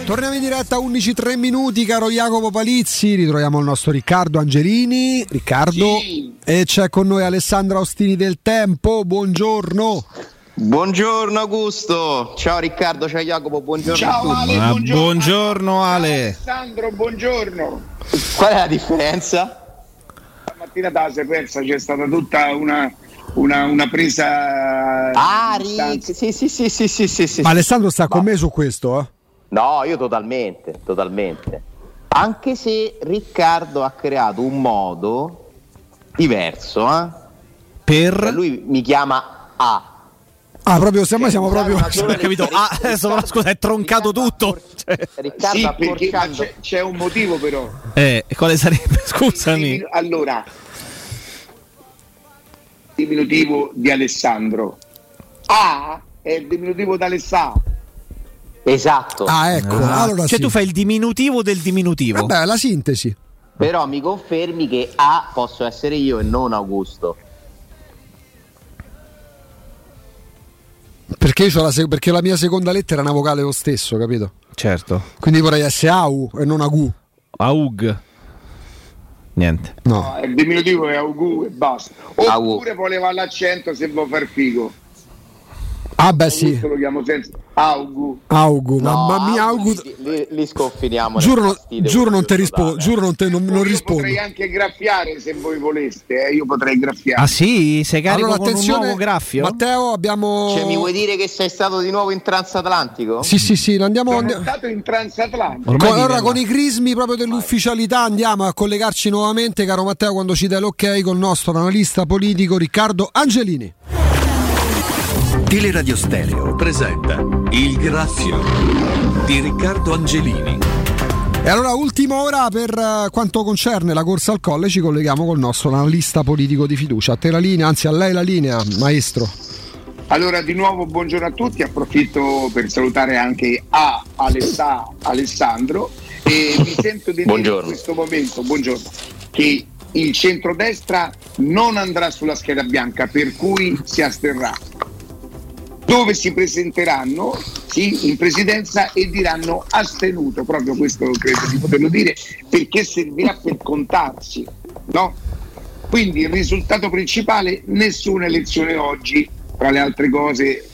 Torniamo in diretta a 11:03 minuti, caro Jacopo Palizzi. Ritroviamo il nostro Riccardo Angelini. Riccardo, sì. E c'è con noi Alessandro Austini del Tempo. Buongiorno. Buongiorno Augusto. Ciao Riccardo, ciao Jacopo, buongiorno. Ciao a tutti. Ale, buongiorno Ale. Ciao Alessandro, buongiorno. Qual è la differenza? Stamattina da persa c'è stata tutta una presa. Rick, sì. Ma Alessandro sta con me su questo, eh? No, io totalmente. Anche se Riccardo ha creato un modo diverso, per lui mi chiama A. Proprio siamo proprio capito. Adesso però, scusa, è troncato tutto. Riccardo, sì, perché c'è un motivo però. Quale sarebbe? Scusami. Allora, il diminutivo di Alessandro. A è il diminutivo di Alessà. Esatto. Ecco. Allora cioè sì. Tu fai il diminutivo del diminutivo. Vabbè, la sintesi. Però mi confermi che A posso essere io e non Augusto. Perché perché la mia seconda lettera è una vocale lo stesso, capito? Certo. Quindi vorrei essere Au e non Agu. Aug. Niente. No. Il diminutivo è Augu e basta. Oppure voleva l'accento se vuoi far figo. Beh sì. Lo chiamo senza Augu, mamma mia, Augu. Li sconfiniamo. Giuro non ti rispondo. Giuro non rispondo. Potrei anche graffiare se voi voleste. Io potrei graffiare. Ah sì? Sei carico allora, con un nuovo graffio? Matteo, abbiamo. Cioè, mi vuoi dire che sei stato di nuovo in transatlantico? Sì. Andiamo. Sono stato in transatlantico. Con i crismi proprio dell'ufficialità andiamo a collegarci nuovamente, caro Matteo, quando ci dai l'ok, con il nostro analista politico Riccardo Angelini. Teleradio Stereo presenta Il Graffio di Riccardo Angelini. E allora, ultima ora per quanto concerne la corsa al colle, ci colleghiamo col nostro analista politico di fiducia. A te la linea, anzi a lei la linea, maestro. Allora, di nuovo buongiorno a tutti, approfitto per salutare anche Alessandro e mi sento di dire in questo momento, buongiorno, che il centrodestra non andrà sulla scheda bianca, per cui si asterrà. Dove si presenteranno in presidenza e diranno astenuto, proprio questo credo di poterlo dire, perché servirà per contarsi, no? Quindi il risultato principale: nessuna elezione oggi. Tra le altre cose,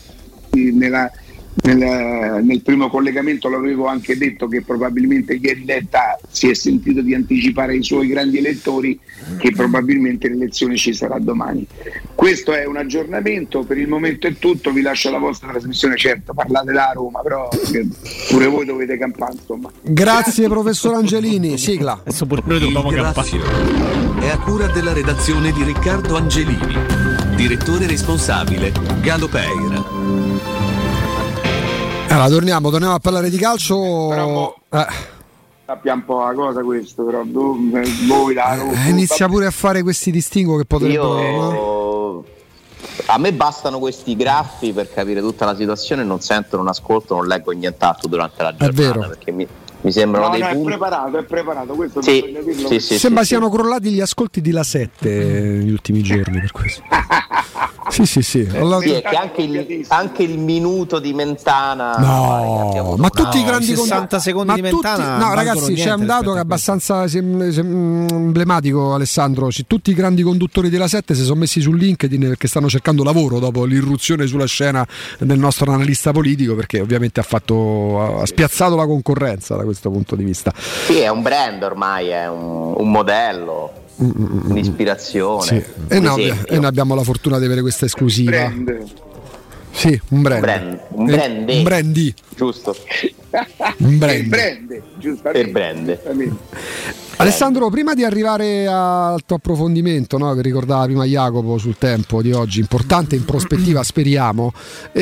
nel primo collegamento l'avevo anche detto che probabilmente ieri Letta si è sentito di anticipare ai suoi grandi elettori che probabilmente l'elezione ci sarà domani. Questo è un aggiornamento, per il momento è tutto, vi lascio la vostra trasmissione, certo parlate da Roma, però pure voi dovete campare, insomma. Grazie professor Angelini, sigla. Adesso pure noi dobbiamo campare. È a cura della redazione di Riccardo Angelini, direttore responsabile Galo Peira. Allora, torniamo a parlare di calcio. Però sappiamo un po' la cosa questo, però voi inizia pure a fare questi distinguo che potrebbero. A me bastano questi graffi per capire tutta la situazione, non sento, non ascolto, non leggo nient'altro durante la giornata. È vero. Perché mi sembrano dei punti. È preparato, questo sì, sembra siano crollati gli ascolti di La 7 negli ultimi giorni, per questo. Sì. È che anche il minuto di Mentana. No, ma tutti i grandi 60 secondi di Mentana. No, ragazzi, c'è un dato che è abbastanza emblematico, Alessandro. Tutti i grandi conduttori della 7 si sono messi su LinkedIn perché stanno cercando lavoro dopo l'irruzione sulla scena del nostro analista politico, perché ovviamente ha spiazzato la concorrenza da questo punto di vista. Sì, è un brand ormai, è un modello. Un'ispirazione, sì. E noi abbiamo la fortuna di avere questa esclusiva. Sì, un brand. Un brandy. Giusto. Un brand. Per brand. Alessandro, prima di arrivare al tuo approfondimento, no, che ricordava prima Jacopo sul Tempo di oggi, importante in prospettiva, speriamo.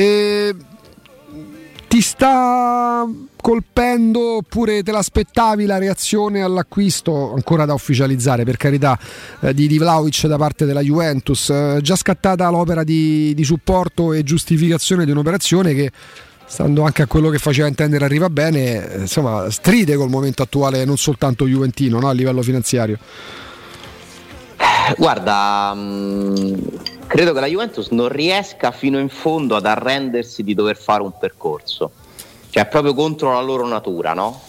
Ti sta colpendo oppure te l'aspettavi la reazione all'acquisto ancora da ufficializzare, per carità, di Vlahovic da parte della Juventus? Già scattata l'opera di supporto e giustificazione di un'operazione che, stando anche a quello che faceva intendere Arriva Bene, insomma stride col momento attuale non soltanto juventino, no, a livello finanziario. Guarda, credo che la Juventus non riesca fino in fondo ad arrendersi di dover fare un percorso. cioè proprio contro la loro natura, no?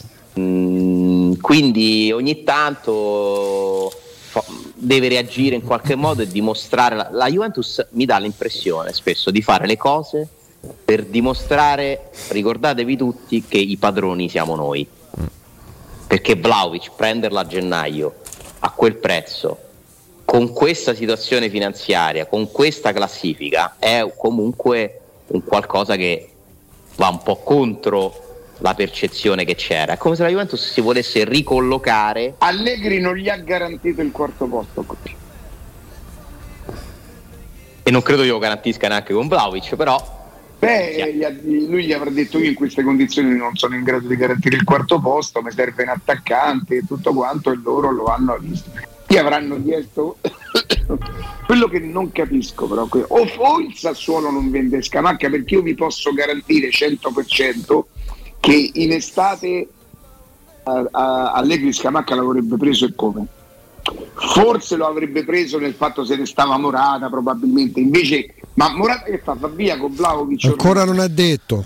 Quindi ogni tanto deve reagire in qualche modo e dimostrare. La Juventus mi dà l'impressione spesso di fare le cose per dimostrare, ricordatevi tutti, che i padroni siamo noi, perché Vlahovic prenderla a gennaio a quel prezzo, con questa situazione finanziaria, con questa classifica, è comunque un qualcosa che va un po' contro la percezione che c'era. È come se la Juventus si volesse ricollocare. Allegri non gli ha garantito il quarto posto, e non credo io lo garantisca neanche con Vlahovic, però lui gli avrà detto: io in queste condizioni non sono in grado di garantire il quarto posto, mi serve un attaccante e tutto quanto, e loro lo hanno visto. Gli avranno chiesto quello che non capisco, però o il Sassuolo non vende Scamacca, perché io vi posso garantire 100% che in estate Allegri Scamacca l'avrebbe preso, e come? Forse lo avrebbe preso nel fatto se ne stava Morata, probabilmente. Invece, ma Morata che fa? Va via con Vlahovic? Ancora non è detto.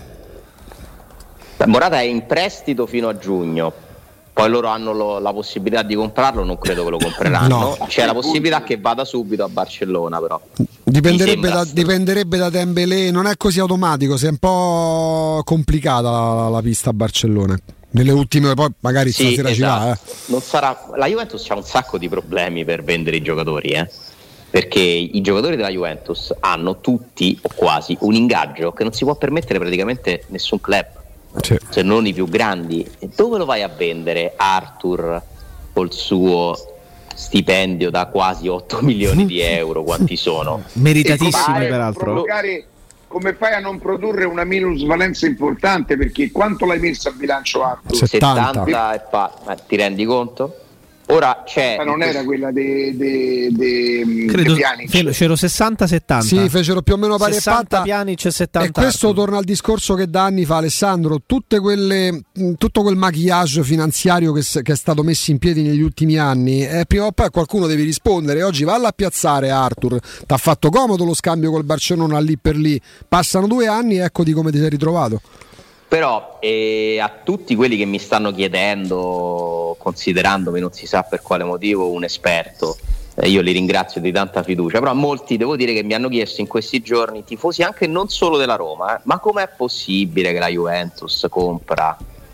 Morata è in prestito fino a giugno, poi loro hanno la possibilità di comprarlo, non credo che lo compreranno. No. C'è la possibilità che vada subito a Barcellona, però dipenderebbe da Dembélé, non è così automatico, se è un po' complicata la pista a Barcellona. Nelle ultime, poi magari stasera esatto. ci va. Non sarà. La Juventus ha un sacco di problemi per vendere i giocatori, perché i giocatori della Juventus hanno tutti o quasi un ingaggio che non si può permettere praticamente nessun club, se non i più grandi. E dove lo vai a vendere Arthur col suo stipendio da quasi 8 milioni di euro? Quanti sono? Meritatissimi, peraltro. Come fai a non produrre una minusvalenza importante? Perché quanto l'hai messo a bilancio Arthur? 70 ma ti rendi conto? Ora c'è. Ma non era quella credo Pjanic. c'ero 60-70. Sì, fecero più o meno pari e 60 patta. Pjanic e 70. E questo torna al discorso che da anni fa Alessandro: tutto quel maquillage finanziario che è stato messo in piedi negli ultimi anni, prima o poi qualcuno deve rispondere. Oggi valla a piazzare Arthur, t'ha fatto comodo lo scambio col Barcellona lì per lì, passano 2 anni e eccoti come ti sei ritrovato. Però a tutti quelli che mi stanno chiedendo, considerandomi non si sa per quale motivo un esperto, io li ringrazio di tanta fiducia, però a molti devo dire che mi hanno chiesto in questi giorni, tifosi anche non solo della Roma, ma com'è possibile che la Juventus compra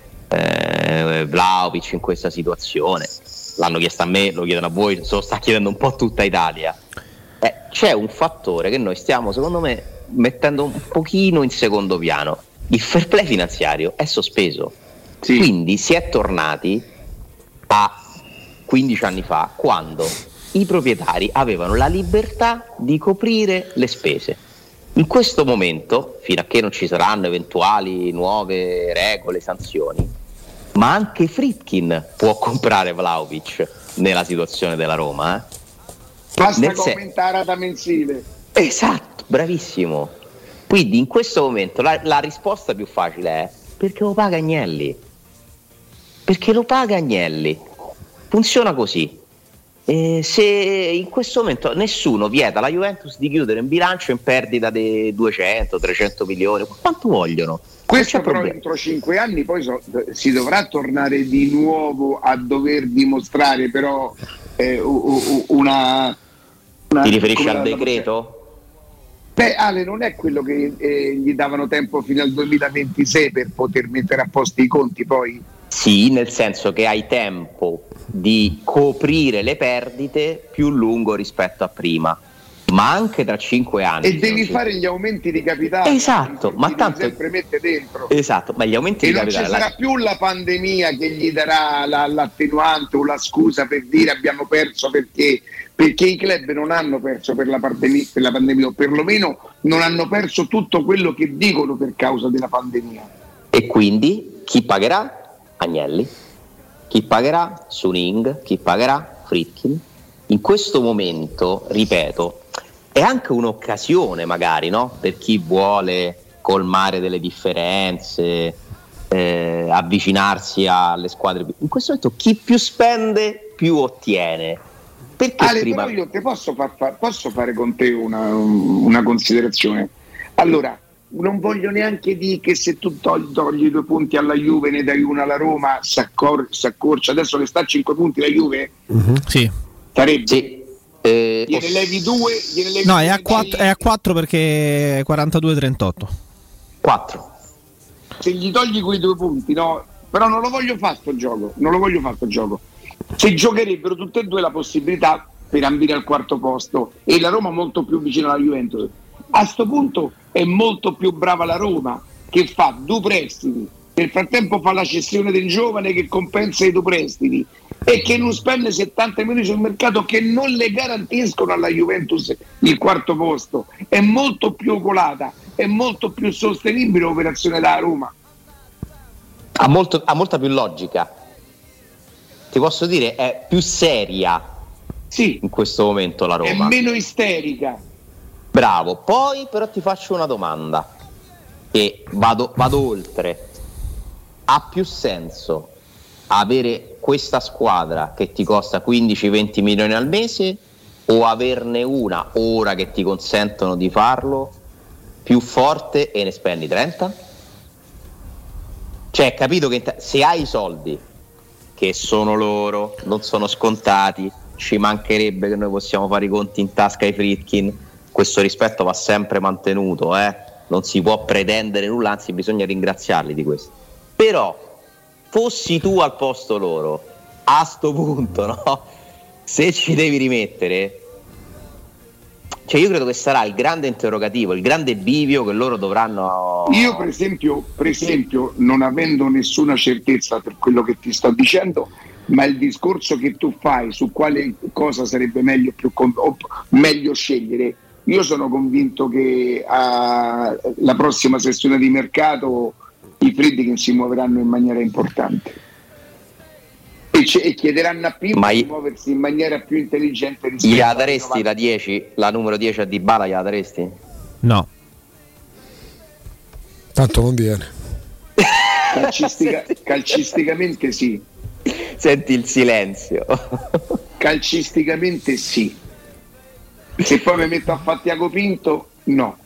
Vlahovic in questa situazione? L'hanno chiesto a me, lo chiedono a voi, se lo sta chiedendo un po' tutta Italia. C'è un fattore che noi stiamo, secondo me, mettendo un pochino in secondo piano. Il fair play finanziario è sospeso, quindi si è tornati a 15 anni fa, quando i proprietari avevano la libertà di coprire le spese. In questo momento, fino a che non ci saranno eventuali nuove regole, sanzioni, ma anche Friedkin può comprare Vlahovic nella situazione della Roma. Basta commentare la rata mensile. Esatto, bravissimo. Quindi in questo momento la risposta più facile è: perché lo paga Agnelli. Perché lo paga Agnelli. Funziona così. Se in questo momento nessuno vieta alla Juventus di chiudere un bilancio in perdita di 200-300 milioni, quanto vogliono? Questo però entro 5 anni poi si dovrà tornare di nuovo a dover dimostrare però una Ti riferisci al decreto? Ale, non è quello che gli davano tempo fino al 2026 per poter mettere a posto i conti poi? Sì, nel senso che hai tempo di coprire le perdite più lungo rispetto a prima, ma anche tra 5 anni. E devi fare gli aumenti di capitale. Esatto, ma tanto sempre mette dentro. Esatto, ma gli aumenti di capitale. E non ci sarà più la pandemia che gli darà l'attenuante o la scusa per dire abbiamo perso perché i club non hanno perso per la pandemia, o perlomeno non hanno perso tutto quello che dicono per causa della pandemia. E quindi chi pagherà? Agnelli. Chi pagherà? Suning. Chi pagherà? Friedkin. In questo momento, ripeto, è anche un'occasione magari, no? Per chi vuole colmare delle differenze, avvicinarsi alle squadre. In questo momento chi più spende più ottiene. Perché Ale, prima... però io te posso fare con te una considerazione. Allora, non voglio neanche dire che se tu togli 2 punti alla Juve, ne dai 1 alla Roma, si accorcia. Adesso che sta a 5 punti la Juve, sì, sarebbe sì. Gliene levi 2, no, è a 4 perché 42-38. 4. Se gli togli quei 2 punti, no, però non lo voglio fare sto gioco. Se giocherebbero tutte e due la possibilità per ambire al 4º posto e la Roma molto più vicina alla Juventus, a sto punto è molto più brava la Roma, che fa 2 prestiti, nel frattempo fa la cessione del giovane che compensa i 2 prestiti e che non spende 70 milioni sul mercato, che non le garantiscono alla Juventus il 4º posto. È molto più oculata, è molto più sostenibile l'operazione da Roma, ha molta più logica, ti posso dire, è più seria, sì, in questo momento la Roma è meno isterica. Bravo. Poi però ti faccio una domanda e vado oltre. Ha più senso avere questa squadra che ti costa 15-20 milioni al mese o averne una ora che ti consentono di farlo più forte e ne spendi 30? Cioè, capito che se hai i soldi, che sono loro, non sono scontati, ci mancherebbe che noi possiamo fare i conti in tasca ai Friedkin, questo rispetto va sempre mantenuto, non si può pretendere nulla, anzi bisogna ringraziarli di questo. Però fossi tu al posto loro, a sto punto, no? Se ci devi rimettere, cioè io credo che sarà il grande interrogativo, il grande bivio che loro dovranno. Io per esempio non avendo nessuna certezza per quello che ti sto dicendo, ma il discorso che tu fai su quale cosa sarebbe meglio scegliere, io sono convinto che la prossima sessione di mercato i Friedkin si muoveranno in maniera importante e chiederanno a Pippo di muoversi in maniera più intelligente rispetto gliela daresti la 10, la numero 10 a Dybala, gliela daresti? No, tanto non viene. Calcisticamente sì. Senti il silenzio. Calcisticamente sì. Se poi mi metto a fare Tiago Pinto, no.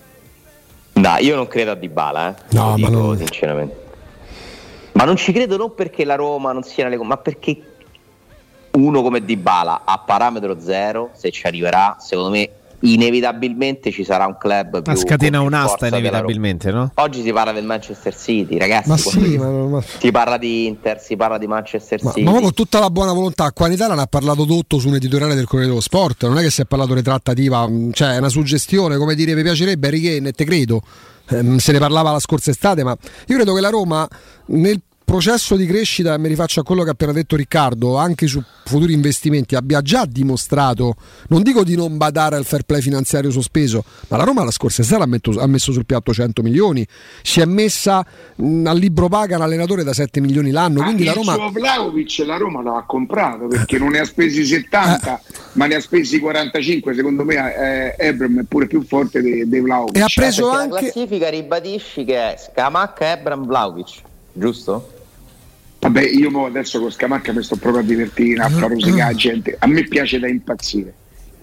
No, io non credo a Dybala, no, ma no, sinceramente. Ma non ci credo non perché la Roma non sia ma perché uno come Dybala a parametro zero, se ci arriverà, secondo me inevitabilmente ci sarà un club più, scatena un'asta inevitabilmente, no? Oggi si parla del Manchester City, ragazzi, ma sì, si parla di Inter, si parla di Manchester City, ma con tutta la buona volontà. Qua in Italia ne ha parlato Dotto su un editoriale del Corriere dello Sport, non è che si è parlato di trattativa, cioè è una suggestione, come dire, mi piacerebbe Harry Kane, te credo, se ne parlava la scorsa estate, ma io credo che la Roma nel processo di crescita, mi rifaccio a quello che ha appena detto Riccardo, anche su futuri investimenti abbia già dimostrato, non dico di non badare al fair play finanziario sospeso, ma la Roma la scorsa estate ha messo sul piatto 100 milioni, si è messa al libro paga un allenatore da 7 milioni l'anno, quindi la Roma... Il suo Vlahovic la Roma l'ha comprato perché non ne ha spesi 70 ma ne ha spesi 45, secondo me Ebram è pure più forte di Vlahovic, e ha preso anche... La classifica ribadisci che è Scamacca, Ebram, Vlahovic, giusto? Vabbè, io adesso con Scamacca mi sto proprio a divertire, a far rosicare la gente. A me piace da impazzire,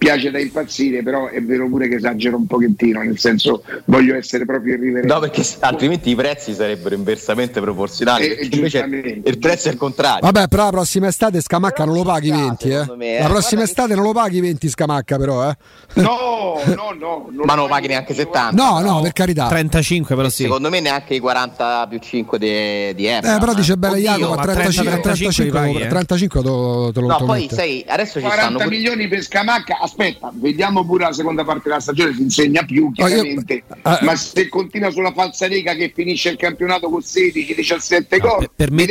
però è vero pure che esagero un pochettino, nel senso voglio essere proprio irriverente. No, perché altrimenti i prezzi sarebbero inversamente proporzionali, invece il prezzo è il contrario. Vabbè, però la prossima estate Scamacca non lo paghi 20, la prossima estate non lo paghi 20 Scamacca, però No, ma non lo paghi neanche 70. No, per carità. 35 però sì. Secondo me neanche i 40 più 5 di Ebram. Però dice bene Jacopo, ma 35 te lo no, poi sai, adesso ci 40 stanno milioni per Scamacca. Aspetta, vediamo pure la seconda parte della stagione, si insegna più chiaramente, ma se continua sulla falsariga che finisce il campionato con 16-17 gol, per me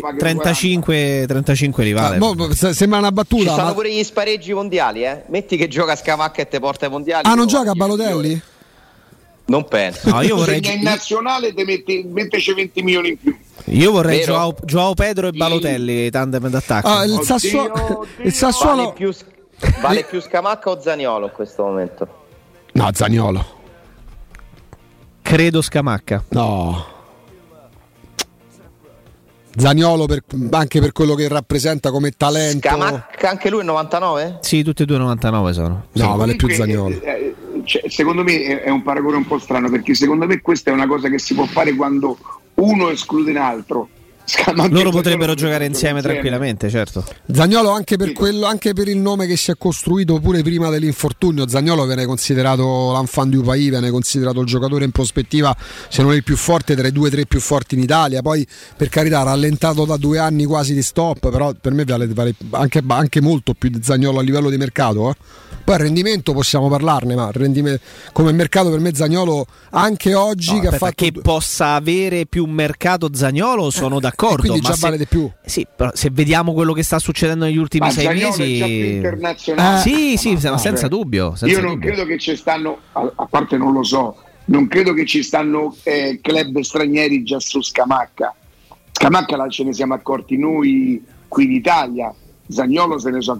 35 rivale. Sembra una battuta. Ci sono pure gli spareggi mondiali, metti che gioca Scamacca e te porta ai mondiali. Non gioca Balotelli? Non penso. No, io vorrei in nazionale te metteci 20 milioni in più. Io vorrei Joao Pedro e Balotelli tandem d'attacco. Il Sassuolo vale più Scamacca o Zaniolo in questo momento? No, Zaniolo. Credo Scamacca. No. Zaniolo anche per quello che rappresenta come talento. Scamacca anche lui è 99? Sì, tutti e due 99 sono. No, vale più Zaniolo. secondo me è un paragone un po' strano, perché secondo me questa è una cosa che si può fare quando uno esclude un altro. Loro potrebbero giocare insieme tranquillamente, certo. Zaniolo anche per quello, anche per il nome che si è costruito pure prima dell'infortunio. Zaniolo viene considerato l'enfant du pays, viene considerato il giocatore in prospettiva, se non il più forte, tra i 2 o 3 più forti in Italia. Poi per carità rallentato da 2 anni quasi di stop, però per me vale anche molto più di Zaniolo a livello di mercato. Poi il rendimento possiamo parlarne, ma come mercato per me Zaniolo anche oggi che possa avere più mercato Zaniolo sono d'accordo. Quindi già vale di più. Sì, però se vediamo quello che sta succedendo negli ultimi 6 mesi, è già più internazionale. senza dubbio. Io non credo che ci stanno, a parte non lo so, non credo che ci stanno club stranieri già su Scamacca. Scamacca ce ne siamo accorti noi qui in Italia. Zaniolo se ne sono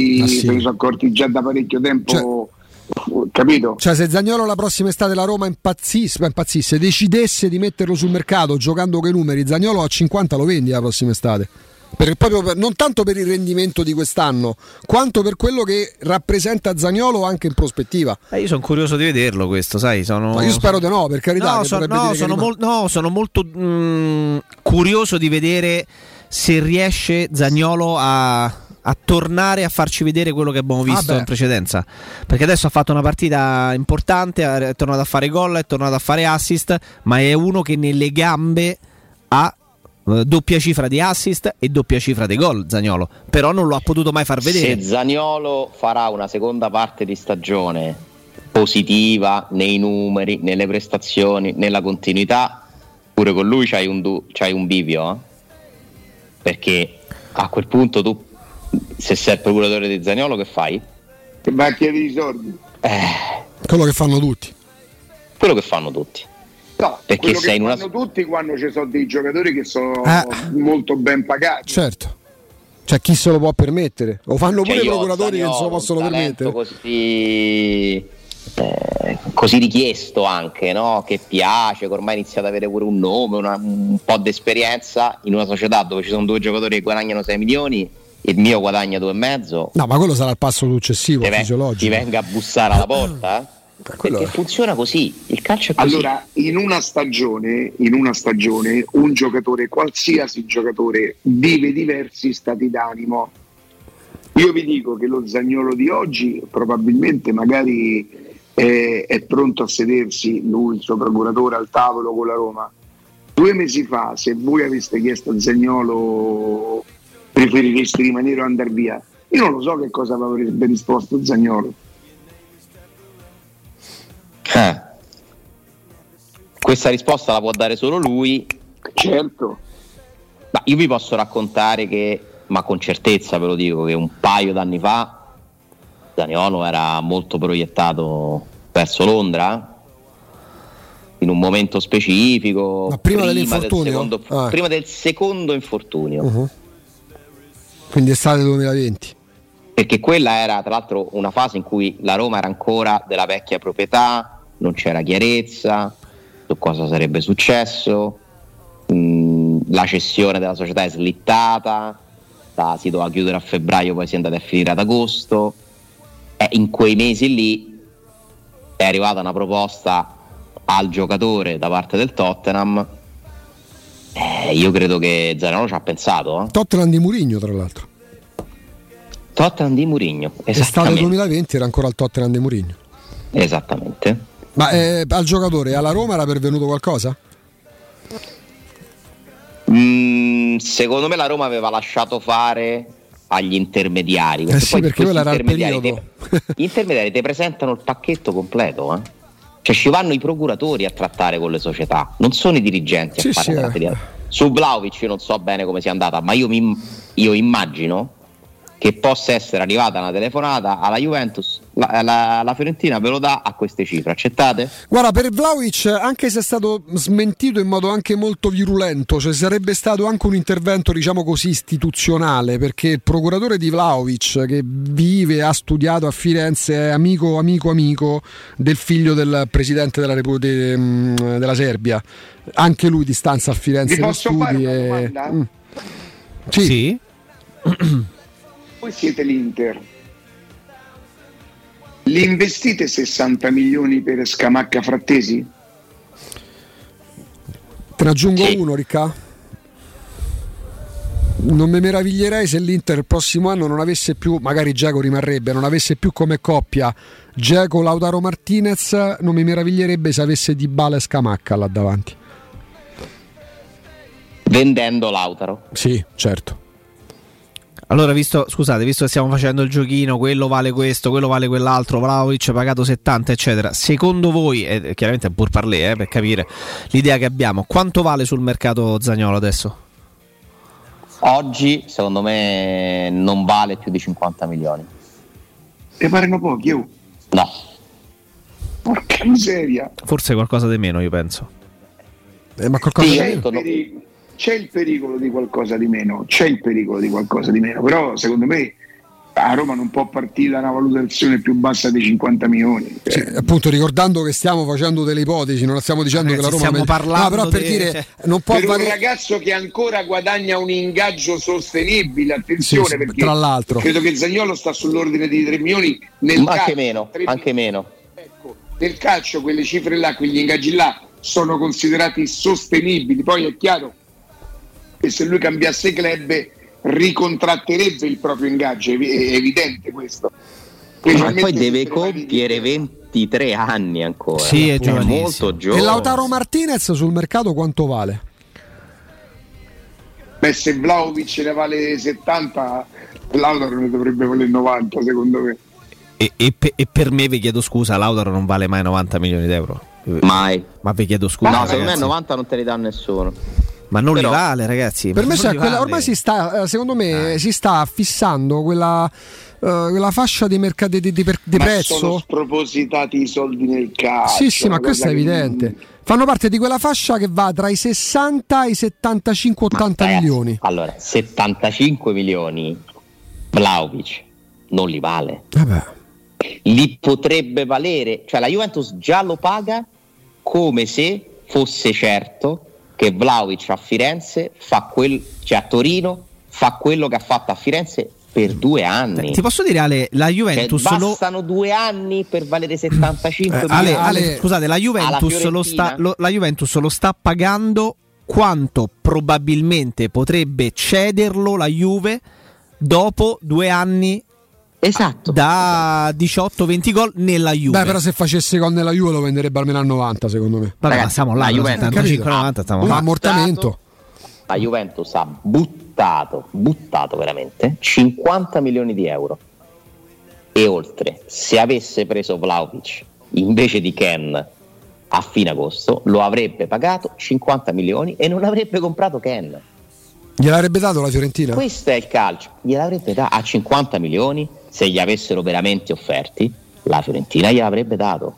accorti già da parecchio tempo. Capito? Cioè, se Zaniolo la prossima estate la Roma impazzisse, decidesse di metterlo sul mercato giocando coi numeri, Zaniolo a 50 lo vendi la prossima estate. Non tanto per il rendimento di quest'anno, quanto per quello che rappresenta Zaniolo anche in prospettiva. Io sono curioso di vederlo questo, sai? Io spero di no, per carità. Sono molto curioso di vedere se riesce Zaniolo a tornare a farci vedere quello che abbiamo visto in precedenza, perché adesso ha fatto una partita importante, è tornato a fare gol, è tornato a fare assist, ma è uno che nelle gambe ha doppia cifra di assist e doppia cifra di gol. Zaniolo però non lo ha potuto mai far vedere. Se Zaniolo farà una seconda parte di stagione positiva nei numeri, nelle prestazioni, nella continuità, pure con lui c'hai un bivio, perché a quel punto tu, se sei il procuratore di Zaniolo, che fai? Che vai a chiedere i soldi. Quello che fanno tutti. No, perché quello che fanno tutti quando ci sono dei giocatori che sono molto ben pagati. Certo. Cioè, chi se lo può permettere? O fanno pure i procuratori Zaniolo, che se lo possono permettere. Così richiesto anche, no? Che piace, che ormai inizia ad avere pure un nome, un po' di esperienza in una società dove ci sono 2 giocatori che guadagnano 6 milioni. Il mio guadagna 2,5. No, ma quello sarà il passo successivo, fisiologico. Ti venga a bussare alla porta? Perché funziona così, il calcio è così. Allora, in una stagione un giocatore, qualsiasi giocatore, vive diversi stati d'animo. Io vi dico che lo Zaniolo di oggi probabilmente magari è pronto a sedersi, lui, il suo procuratore, al tavolo con la Roma. 2 mesi fa, se voi aveste chiesto a Zaniolo preferiresti rimanere o andare via, io non lo so che cosa avrebbe risposto Zaniolo. Questa risposta la può dare solo lui. Certo. Ma io vi posso raccontare che, ma con certezza ve lo dico, che un paio d'anni fa Zaniolo era molto proiettato verso Londra in un momento specifico, ma prima dell'infortunio? Prima del secondo infortunio. Quindi estate 2020. Perché quella era tra l'altro una fase in cui la Roma era ancora della vecchia proprietà, non c'era chiarezza su cosa sarebbe successo, la cessione della società è slittata, si doveva chiudere a febbraio, poi si è andati a finire ad agosto, e in quei mesi lì è arrivata una proposta al giocatore da parte del Tottenham. Io credo che Zaniolo ci ha pensato. Tottenham di Mourinho, tra l'altro. Tottenham di Mourinho, estate 2020 era ancora il Tottenham di Mourinho. Esattamente. Ma al giocatore, alla Roma era pervenuto qualcosa? Secondo me la Roma aveva lasciato fare agli intermediari. Perché quello era il periodo. Gli intermediari ti presentano il pacchetto completo, Cioè ci vanno i procuratori a trattare con le società, non sono i dirigenti a fare tratteria. Su Vlahovic io non so bene come sia andata, ma io immagino che possa essere arrivata una telefonata alla Juventus, la Fiorentina ve lo dà a queste cifre, accettate? Guarda, per Vlahovic, anche se è stato smentito in modo anche molto virulento, cioè sarebbe stato anche un intervento, diciamo così, istituzionale, perché il procuratore di Vlahovic, che vive, ha studiato a Firenze, è amico del figlio del presidente della Serbia, anche lui di stanza a Firenze. Vi posso fare una domanda? Sì. Voi siete l'Inter, Li investite 60 milioni per Scamacca Frattesi? Te ne aggiungo uno, Ricca. Non mi meraviglierei se l'Inter il prossimo anno non avesse più, magari Dzeko rimarrebbe, non avesse più come coppia Dzeko, Lautaro Martinez. Non mi meraviglierebbe se avesse Dybala e Scamacca là davanti. Vendendo Lautaro. Sì, certo. Allora, visto che stiamo facendo il giochino, quello vale questo, quello vale quell'altro, Vlahovic pagato 70 eccetera, secondo voi, e chiaramente è pur parler per capire l'idea che abbiamo, quanto vale sul mercato Zaniolo adesso? Oggi secondo me non vale più di 50 milioni. Te parano pochi? No. Porca miseria. Forse qualcosa di meno, io penso. Ma qualcosa c'è il pericolo di qualcosa di meno, però secondo me a Roma non può partire da una valutazione più bassa di 50 milioni. Sì, appunto, ricordando che stiamo facendo delle ipotesi, non stiamo dicendo che la Roma stiamo parlando, però per dire non può per un ragazzo che ancora guadagna un ingaggio sostenibile, attenzione, sì, perché tra l'altro credo che Zaniolo sta sull'ordine di 3 milioni nel ma calcio, anche meno. Ecco, nel calcio quelle cifre là, quegli ingaggi là sono considerati sostenibili. Poi è chiaro che se lui cambiasse club ricontratterebbe il proprio ingaggio, è evidente questo. Ma poi deve compiere 23 anni ancora. Sì, è molto giovane. E Lautaro Martinez sul mercato quanto vale? Beh, se Vlahovic ne vale 70, Lautaro ne dovrebbe valere 90, secondo me. E per me, vi chiedo scusa, Lautaro non vale mai 90 milioni d'euro. Mai. Ma vi chiedo scusa. No, secondo me 90 non te li dà nessuno. Ma non li vale, ragazzi. Per me ormai si sta, secondo me, si sta fissando quella fascia di mercati di prezzo. Sono spropositati i soldi nel calcio. Sì, ma questo è evidente. Fanno parte di quella fascia che va tra i 60 e i 75-80 milioni. Allora, 75 milioni Vlahovic non li vale. Vabbè. Li potrebbe valere, cioè la Juventus già lo paga come se fosse certo che Vlahovic a Firenze a Torino fa quello che ha fatto a Firenze per 2 anni. Ti posso dire, Ale, la Juventus bastano 2 anni per valere 75 milioni. Ale, scusate, la Juventus lo sta pagando quanto probabilmente potrebbe cederlo la Juve dopo 2 anni. Esatto, da 18-20 gol nella Juve. Beh, però se facesse gol nella Juve lo venderebbe almeno a 90, secondo me. Vabbè, ma stiamo là, 75-90 stiamo là. Ammortamento. La Juventus ha buttato veramente 50 milioni di euro. E oltre, se avesse preso Vlahovic invece di Ken a fine agosto, lo avrebbe pagato 50 milioni e non avrebbe comprato Ken. Gliel'avrebbe dato la Fiorentina? Questo è il calcio, gliel'avrebbe dato a 50 milioni. Se gli avessero veramente offerti, la Fiorentina gliel'avrebbe dato,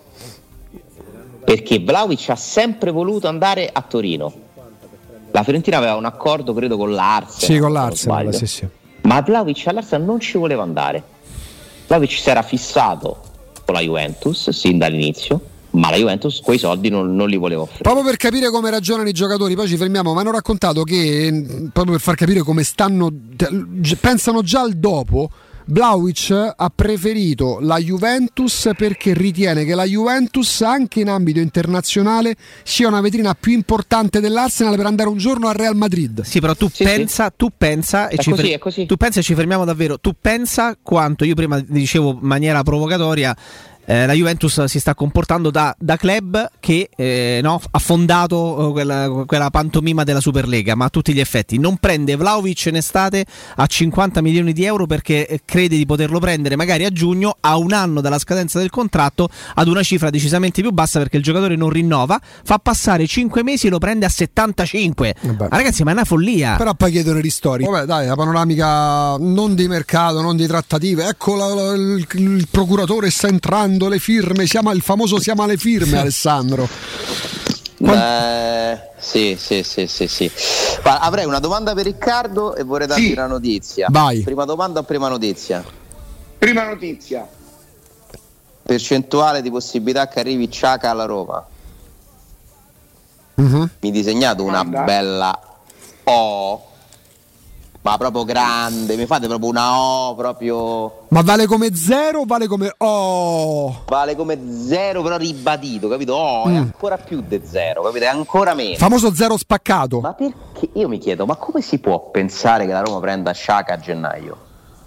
perché Vlahovic ha sempre voluto andare a Torino. La Fiorentina aveva un accordo, credo, con l'Arsenal. Sì, con l'Arsenal, sì. Ma Vlahovic all'Arsenal non ci voleva andare. Vlahovic si era fissato con la Juventus sin dall'inizio, ma la Juventus quei soldi non li voleva offrire. Proprio per capire come ragionano i giocatori, poi ci fermiamo, ma hanno raccontato che, proprio per far capire come stanno, pensano già al dopo. Vlahovic ha preferito la Juventus perché ritiene che la Juventus anche in ambito internazionale sia una vetrina più importante dell'Arsenal per andare un giorno al Real Madrid. Sì, però tu pensa e tu pensa e ci fermiamo davvero. Tu pensa quanto io prima dicevo in maniera provocatoria, la Juventus si sta comportando da club che ha fondato quella pantomima della Superlega, ma a tutti gli effetti non prende Vlahovic in estate a 50 milioni di euro perché crede di poterlo prendere magari a giugno, a un anno dalla scadenza del contratto, ad una cifra decisamente più bassa perché il giocatore non rinnova, fa passare 5 mesi e lo prende a 75. Ma ragazzi, ma è una follia. Però poi chiedono i ristori. Vabbè, dai, la panoramica non di mercato, non di trattative. Ecco il procuratore sta entrando, le firme, il famoso siamo alle firme, Alessandro. Sì. Avrei una domanda per Riccardo e vorrei dargli una notizia. Vai. Prima domanda o prima notizia? Prima notizia. Percentuale di possibilità che arrivi Xhaka alla Roma. Uh-huh. Mi disegnate una bella O. ma proprio grande, mi fate proprio una O proprio. Ma vale come 0 o vale come O? Vale come 0 però ribadito, capito? O è ancora più di 0, capito? È ancora meno. Famoso 0 spaccato. Ma perché? Io mi chiedo, ma come si può pensare che la Roma prenda Sciacca a gennaio?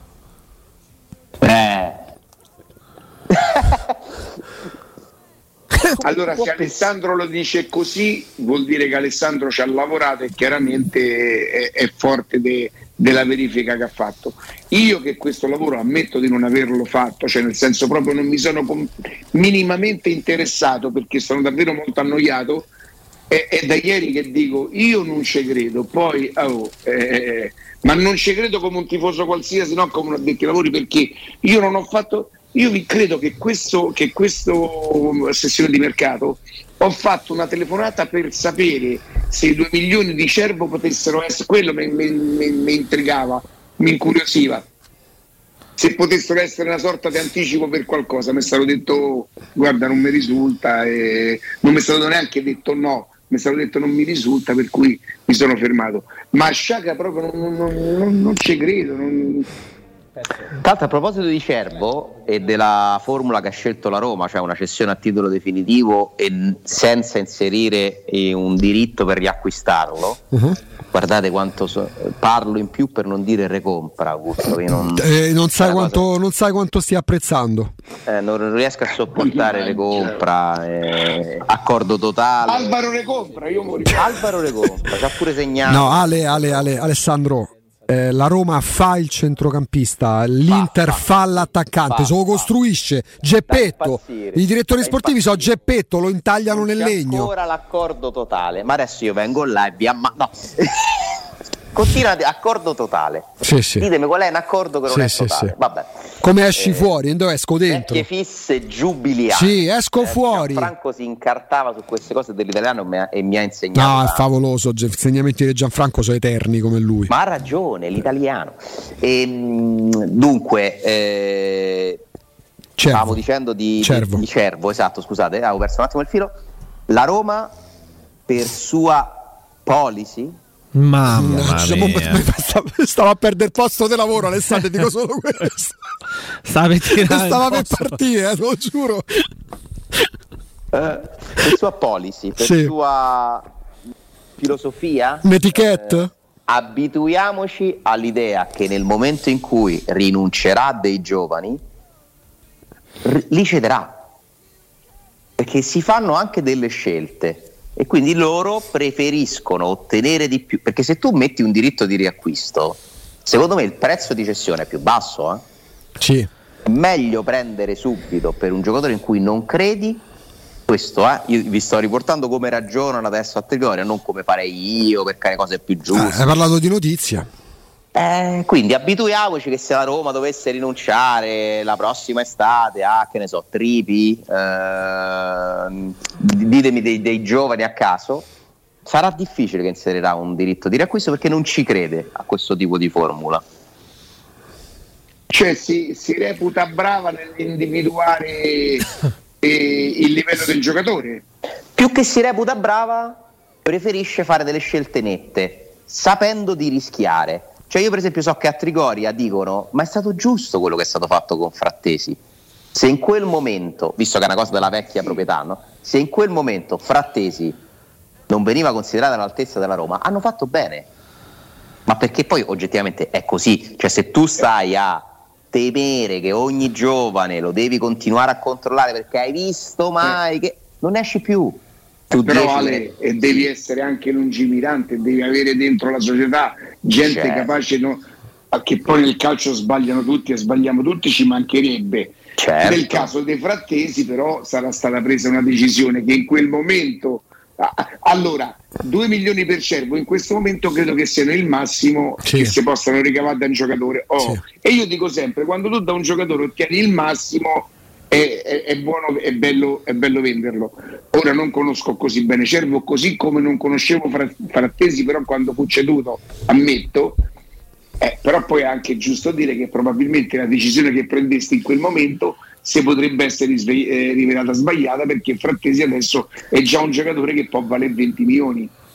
Allora se Alessandro lo dice così vuol dire che Alessandro ci ha lavorato e chiaramente è forte della verifica che ha fatto. Io che questo lavoro ammetto di non averlo fatto, cioè nel senso proprio non mi sono minimamente interessato perché sono davvero molto annoiato, è da ieri che dico io non ci credo, poi ma non ci credo come un tifoso qualsiasi, no come un addetto ai lavori, perché io non ho fatto. Io vi credo che questo sessione di mercato ho fatto una telefonata per sapere se i 2 milioni di Cervo potessero essere, quello mi intrigava, mi incuriosiva, se potessero essere una sorta di anticipo per qualcosa. Mi è stato detto guarda non mi risulta, e non mi è stato neanche detto no, mi è stato detto non mi risulta, per cui mi sono fermato. Ma a Sciacca proprio non ci credo. Tra l'altro, a proposito di Cervo e della formula che ha scelto la Roma, cioè una cessione a titolo definitivo e senza inserire un diritto per riacquistarlo, guardate quanto parlo in più per non dire recompra, Augusto, che non sai quanto stia apprezzando. Non riesco a sopportare recompra, accordo totale. Alvaro recompra, Alvaro recompra, ci ha pure segnato. No, Alessandro, la Roma fa il centrocampista, l'Inter fa l'attaccante, se lo costruisce Geppetto, i direttori sportivi sono Geppetto, lo intagliano nel legno. Ancora l'accordo totale, ma adesso io vengo là e no. Continua accordo totale. Sì. Ditemi qual è un accordo che non è totale. Sì. Vabbè. Come esci fuori? Dove esco dentro? Vecchie fisse giubiliate. Sì, esco fuori. Gianfranco si incartava su queste cose dell'italiano e mi ha insegnato. No, è favoloso. Gli insegnamenti di Gianfranco sono eterni come lui. Ma ha ragione, l'italiano. Dunque, stavamo dicendo di Cervo, esatto, scusate, avevo perso un attimo il filo. La Roma, per sua policy, mamma mia, stava a perdere il posto di lavoro, Alessandro, dico solo questo. Stava per partire, te lo giuro. Per sua policy, per sua filosofia, un'etichetta, abituiamoci all'idea che nel momento in cui rinuncerà dei giovani li cederà, perché si fanno anche delle scelte e quindi loro preferiscono ottenere di più, perché se tu metti un diritto di riacquisto, secondo me il prezzo di cessione è più basso, Sì. È meglio prendere subito per un giocatore in cui non credi. Questo io vi sto riportando come ragionano adesso a Trigoria, non come farei io per fare cose più giuste. Hai parlato di notizia. Quindi abituiamoci che se la Roma dovesse rinunciare la prossima estate a, che ne so, Tripi, ditemi dei giovani a caso, sarà difficile che inserirà un diritto di riacquisto perché non ci crede a questo tipo di formula. Cioè si reputa brava nell'individuare il livello del giocatore. Più che si reputa brava, preferisce fare delle scelte nette, sapendo di rischiare. Cioè io per esempio so che a Trigoria dicono ma è stato giusto quello che è stato fatto con Frattesi. Se in quel momento, visto che è una cosa della vecchia proprietà, no? Se in quel momento Frattesi non veniva considerato all'altezza della Roma, hanno fatto bene. Ma perché poi oggettivamente è così. Cioè se tu stai a temere che ogni giovane lo devi continuare a controllare perché hai visto mai che non esci più. Però Ale, devi essere anche lungimirante, devi avere dentro la società gente capace, che poi nel calcio sbagliano tutti e sbagliamo tutti, ci mancherebbe. Certo. Nel caso dei Frattesi però sarà stata presa una decisione che in quel momento, allora 2 milioni per Cervo in questo momento credo che siano il massimo che si possano ricavare da un giocatore. E io dico sempre, quando tu da un giocatore ottieni il massimo è buono, è bello venderlo. Ora non conosco così bene Cervo, così come non conoscevo Frattesi, però quando fu ceduto ammetto, però poi è anche giusto dire che probabilmente la decisione che prendesti in quel momento se potrebbe essere rivelata sbagliata, perché Frattesi adesso è già un giocatore che può valere 20 milioni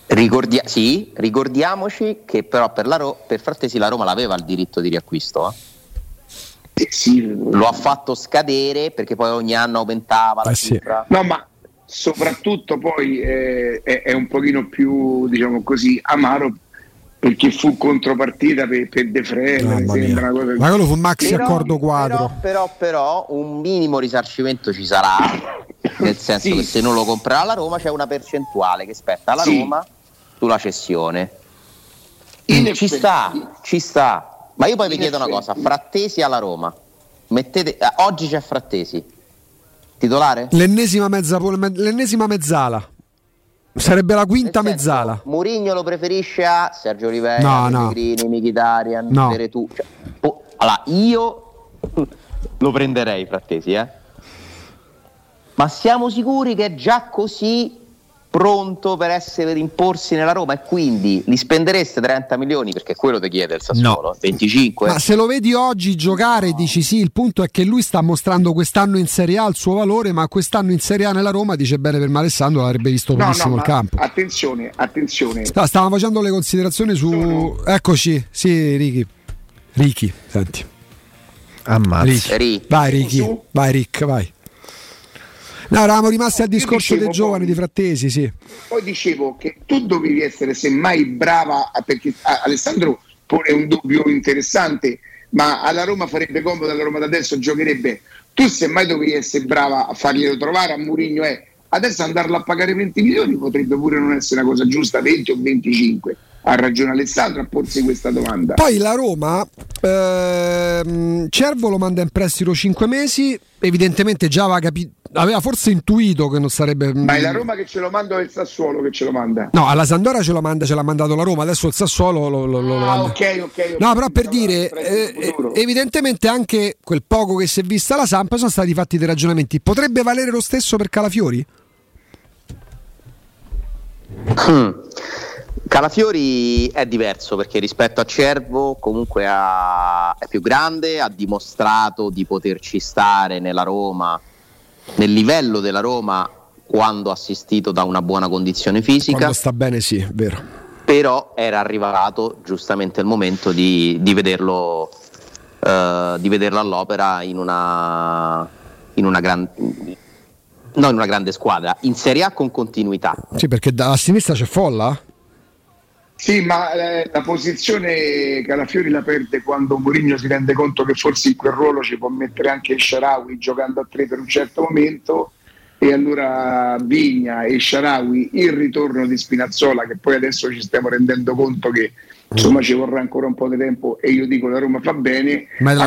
Ricordiamoci che però per Frattesi la Roma l'aveva il diritto di riacquisto. Sì. Lo ha fatto scadere perché poi ogni anno aumentava la cifra. No, ma soprattutto poi è un pochino più, diciamo così, amaro perché fu contropartita per De Frel, sembra una cosa. Ma quello fu un maxi accordo quadro. Però un minimo risarcimento ci sarà, nel senso che se non lo comprerà la Roma c'è una percentuale che spetta alla Roma sulla cessione. Ci sta. Ma io poi vi chiedo una cosa: Frattesi alla Roma, oggi c'è Frattesi titolare? L'ennesima mezzala. Sarebbe la quinta mezzala. Mourinho lo preferisce a Sergio Rivera, Pellegrini, Mkhitaryan, Veretù. Allora io lo prenderei Frattesi, ma siamo sicuri che è già così pronto per imporsi nella Roma, e quindi li spendereste 30 milioni perché quello ti chiede il Sassuolo? No. 25? Ma se lo vedi oggi giocare dici sì, il punto è che lui sta mostrando quest'anno in Serie A il suo valore, ma quest'anno in Serie A nella Roma dice bene per Alessandro l'avrebbe visto pochissimo il campo. Attenzione. Stavamo facendo le considerazioni su Eccoci, sì, Ricky, senti. Ammazza. Vai Ricky, vai Rick, vai. No, eravamo rimasti al discorso dei giovani di Frattesi, sì. Poi dicevo che tu dovevi essere semmai brava, perché Alessandro pone un dubbio interessante, ma alla Roma farebbe comodo, alla Roma da adesso giocherebbe. Tu semmai dovevi essere brava a farglielo trovare a Mourinho, adesso andarlo a pagare 20 milioni potrebbe pure non essere una cosa giusta, 20 o 25. Ha ragione Alessandro a porsi questa domanda. Poi la Roma Cervo lo manda in prestito 5 mesi, evidentemente già aveva forse intuito che non sarebbe. Ma è la Roma che ce lo manda o è il Sassuolo che ce lo manda? No, alla Sampdoria ce l'ha mandato la Roma, adesso il Sassuolo lo manda. Ok. No, però per dire evidentemente anche quel poco che si è vista la Samp sono stati fatti dei ragionamenti. Potrebbe valere lo stesso per Calafiori? Calafiori è diverso perché rispetto a Cervo comunque è più grande, ha dimostrato di poterci stare nella Roma, nel livello della Roma, quando assistito da una buona condizione fisica. Quando sta bene, sì, vero. Però era arrivato giustamente il momento di vederlo all'opera in una grande squadra, in Serie A con continuità. Sì, perché a sinistra c'è Folla? Sì, ma la posizione Calafiori la perde quando Mourinho si rende conto che forse in quel ruolo ci può mettere anche il Shaarawy giocando a 3 per un certo momento, e allora Vigna e Shaarawy, il ritorno di Spinazzola, che poi adesso ci stiamo rendendo conto che insomma ci vorrà ancora un po' di tempo, e io dico la Roma fa bene,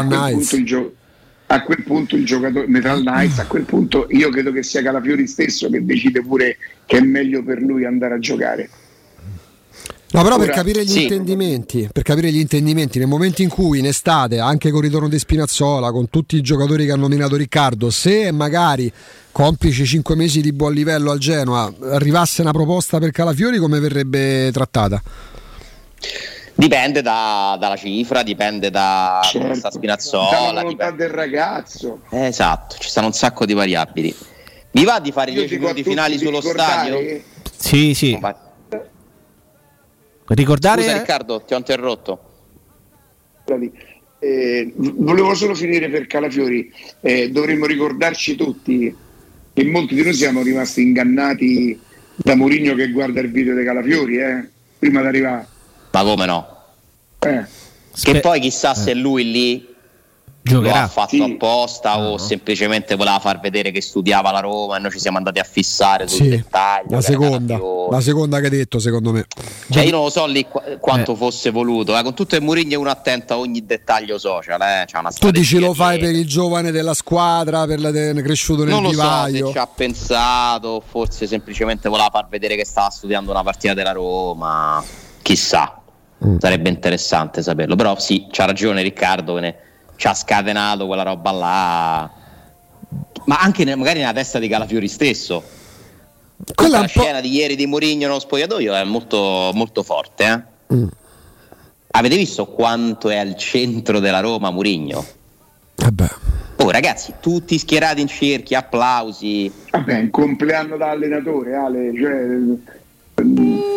a quel punto il giocatore Metal Knights, a quel punto io credo che sia Calafiori stesso che decide pure che è meglio per lui andare a giocare. No, però per capire gli intendimenti, nel momento in cui in estate, anche con il ritorno di Spinazzola, con tutti i giocatori che ha nominato Riccardo, se magari complici 5 mesi di buon livello al Genoa arrivasse una proposta per Calafiori, come verrebbe trattata? Dipende dalla cifra, dipende da come sta Spinazzola, dalla volontà del ragazzo. Esatto, ci stanno un sacco di variabili. Vi va di fare i 10 minuti finali sullo stadio? Sì. Ricordare. Scusa Riccardo, ti ho interrotto. Volevo solo finire per Calafiori. Dovremmo ricordarci tutti che molti di noi siamo rimasti ingannati da Mourinho che guarda il video di Calafiori prima di arrivare. Ma come no? Che poi chissà se lui lì giocherà. Lo ha fatto apposta o semplicemente voleva far vedere che studiava la Roma e noi ci siamo andati a fissare sul dettaglio. La seconda che hai detto, secondo me. Cioè io non lo so lì quanto fosse voluto, con tutto il Mourinho è uno attento a ogni dettaglio social, c'ha una tu dici lo fai per il giovane della squadra, per cresciuto nel vivaio. Non lo so se ci ha pensato, forse semplicemente voleva far vedere che stava studiando una partita della Roma, chissà. Sarebbe interessante saperlo, però sì, c'ha ragione Riccardo che ci ha scatenato quella roba là, ma anche magari nella testa di Calafiori stesso. La scena di ieri di Mourinho nello spogliatoio è molto, molto forte. Avete visto quanto è al centro della Roma Mourinho? Oh ragazzi, tutti schierati in cerchio, applausi. Vabbè, un compleanno da allenatore, Ale, cioè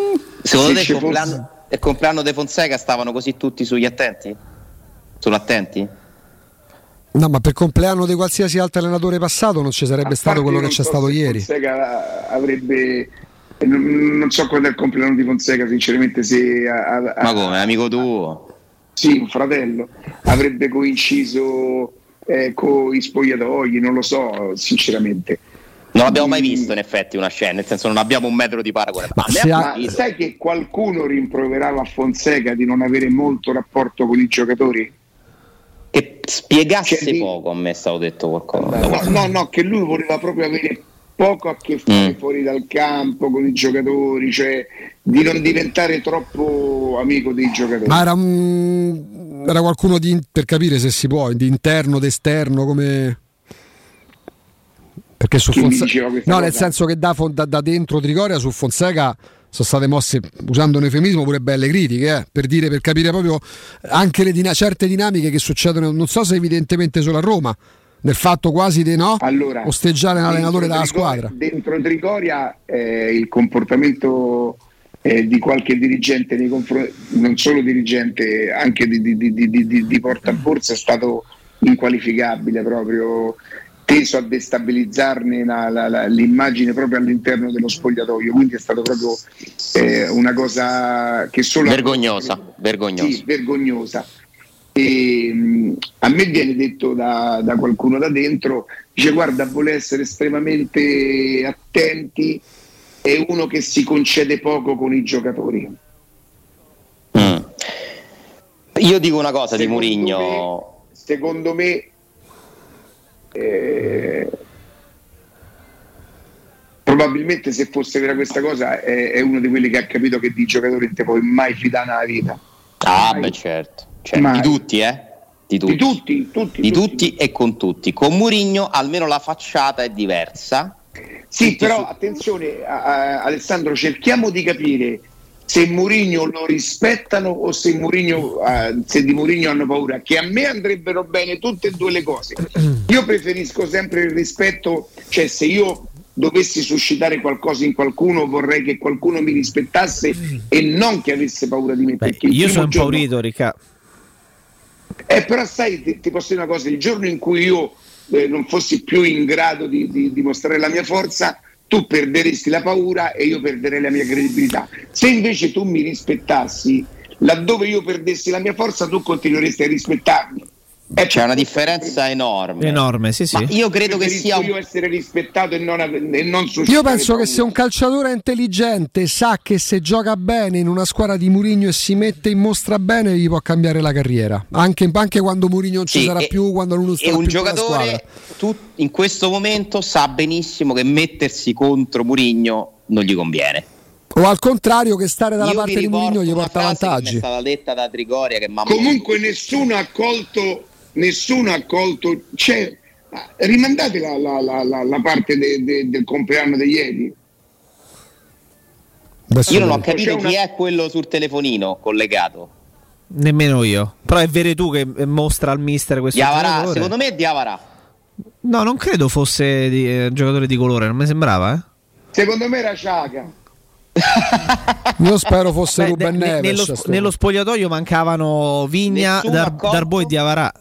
Secondo te il compleanno di Fonseca stavano così tutti sugli attenti? Sull'attenti? No, ma per compleanno di qualsiasi altro allenatore passato non ci sarebbe stato quello che c'è stato ieri. Fonseca avrebbe, non so quando è il compleanno di Fonseca, sinceramente, se ma come, amico tuo? Sì, un fratello, avrebbe coinciso con i spogliatoi, non lo so, sinceramente. Non abbiamo mai visto in effetti una scena, nel senso non abbiamo un metro di paragone. Ma sai che qualcuno rimproverava a Fonseca di non avere molto rapporto con i giocatori? Che spiegasse poco, a me è stato detto qualcosa. No, che lui voleva proprio avere poco a che fare fuori dal campo con i giocatori, cioè di non diventare troppo amico dei giocatori. Ma era qualcuno per capire se si può, di interno, d'esterno, come... Perché su Fonseca, no, nel senso che da dentro Trigoria su Fonseca sono state mosse, usando un eufemismo, pure belle critiche, per capire proprio anche le certe dinamiche che succedono, non so se evidentemente solo a Roma, nel fatto quasi di osteggiare l'allenatore dalla squadra. Dentro Trigoria il comportamento di qualche dirigente nei confronti, non solo dirigente, anche di porta a borsa, è stato inqualificabile, proprio teso a destabilizzarne l'immagine proprio all'interno dello spogliatoio, quindi è stato proprio una cosa che solo vergognosa. Sì, vergognosa. E a me viene detto da qualcuno da dentro, dice: guarda, vuole essere estremamente attenti, è uno che si concede poco con i giocatori. Io dico una cosa di Mourinho, secondo me probabilmente, se fosse vera questa cosa, è uno di quelli che ha capito che di giocatori non ti puoi mai fidare nella vita. Beh, certo. Di tutti, di tutti e con tutti. Con Mourinho almeno la facciata è diversa. Sì, però attenzione, Alessandro, cerchiamo di capire se Mourinho lo rispettano o se di Mourinho hanno paura, che a me andrebbero bene tutte e due le cose. Io preferisco sempre il rispetto, cioè se io dovessi suscitare qualcosa in qualcuno, vorrei che qualcuno mi rispettasse e non che avesse paura di me. Perché io sono impaurito, Riccardo. Però sai, ti posso dire una cosa: il giorno in cui io non fossi più in grado di dimostrare la mia forza, tu perderesti la paura e io perderei la mia credibilità. Se invece tu mi rispettassi, laddove io perdessi la mia forza, tu continueresti a rispettarmi. C'è una differenza enorme, sì. Ma io credo che sia io essere rispettato e non io penso che se un calciatore intelligente sa che se gioca bene in una squadra di Mourinho e si mette in mostra bene, gli può cambiare la carriera, anche quando Mourinho non ci sarà più, quando non starà più. E un giocatore in questo momento sa benissimo che mettersi contro Mourinho non gli conviene, o al contrario che stare dalla parte di Mourinho gli porta vantaggi. È stata detta da Trigoria, che comunque nessuno ha accolto, cioè, rimandate la parte del compleanno di ieri. Io non ho capito chi è quello sul telefonino collegato. Nemmeno io. Però è vero tu che mostra al mister questo giocatore. Secondo me è Diawara. No, non credo fosse giocatore di colore, non mi sembrava, Secondo me era Xhaka. Io spero fosse Ruben Neves. Nello spogliatoio mancavano Vigna, Darboe e Diawara.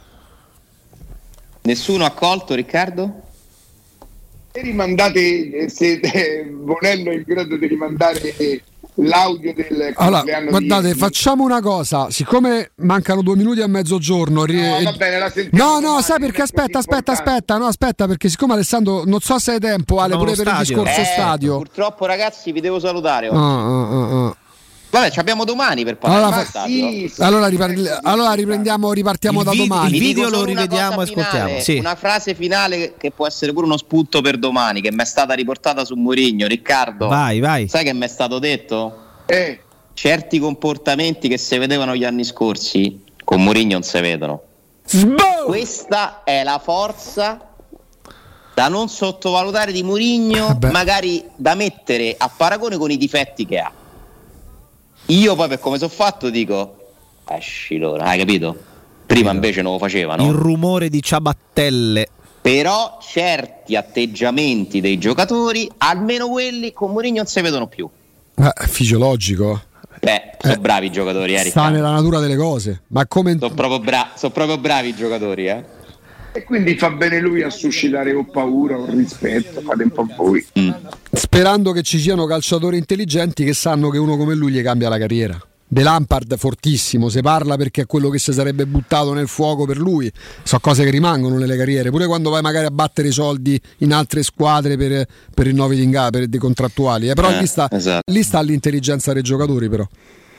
Nessuno ha colto, Riccardo? Rimandate, se Bonello è in grado di rimandare l'audio del compleanno. Guardate, facciamo una cosa, siccome mancano 2 minuti a mezzogiorno. Va bene, la sentiamo. No, sai perché? Aspetta, perché siccome Alessandro, non so se hai tempo, Ale, pure per il discorso stadio. Purtroppo, ragazzi, vi devo salutare. Vabbè, ci abbiamo domani per parlare. Allora ripartiamo da domani. Il video lo rivediamo e ascoltiamo. Una frase finale che può essere pure uno spunto per domani, che mi è stata riportata su Mourinho. Riccardo, vai. Sai che mi è stato detto? Certi comportamenti che si vedevano gli anni scorsi con Mourinho non si vedono. Questa è la forza da non sottovalutare di Mourinho, magari da mettere a paragone con i difetti che ha. Io poi, per come sono fatto, dico esci l'ora, hai capito? Prima invece non lo facevano. Il rumore di ciabattelle. Però certi atteggiamenti dei giocatori, almeno quelli, con Mourinho non si vedono più. È fisiologico. Sono bravi i giocatori, sta nella natura delle cose. Ma come sono proprio bravi i giocatori, E quindi fa bene lui a suscitare o paura o rispetto, fate un po' voi. Sperando che ci siano calciatori intelligenti che sanno che uno come lui gli cambia la carriera. De Lampard fortissimo, se parla perché è quello che si sarebbe buttato nel fuoco per lui. Sono cose che rimangono nelle carriere, pure quando vai magari a battere i soldi in altre squadre per rinnovi per dei contrattuali. Però lì sta l'intelligenza dei giocatori, però.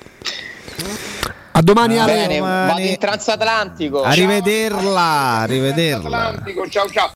A domani, Ale. Bene, vado in transatlantico. Arrivederla. Ciao.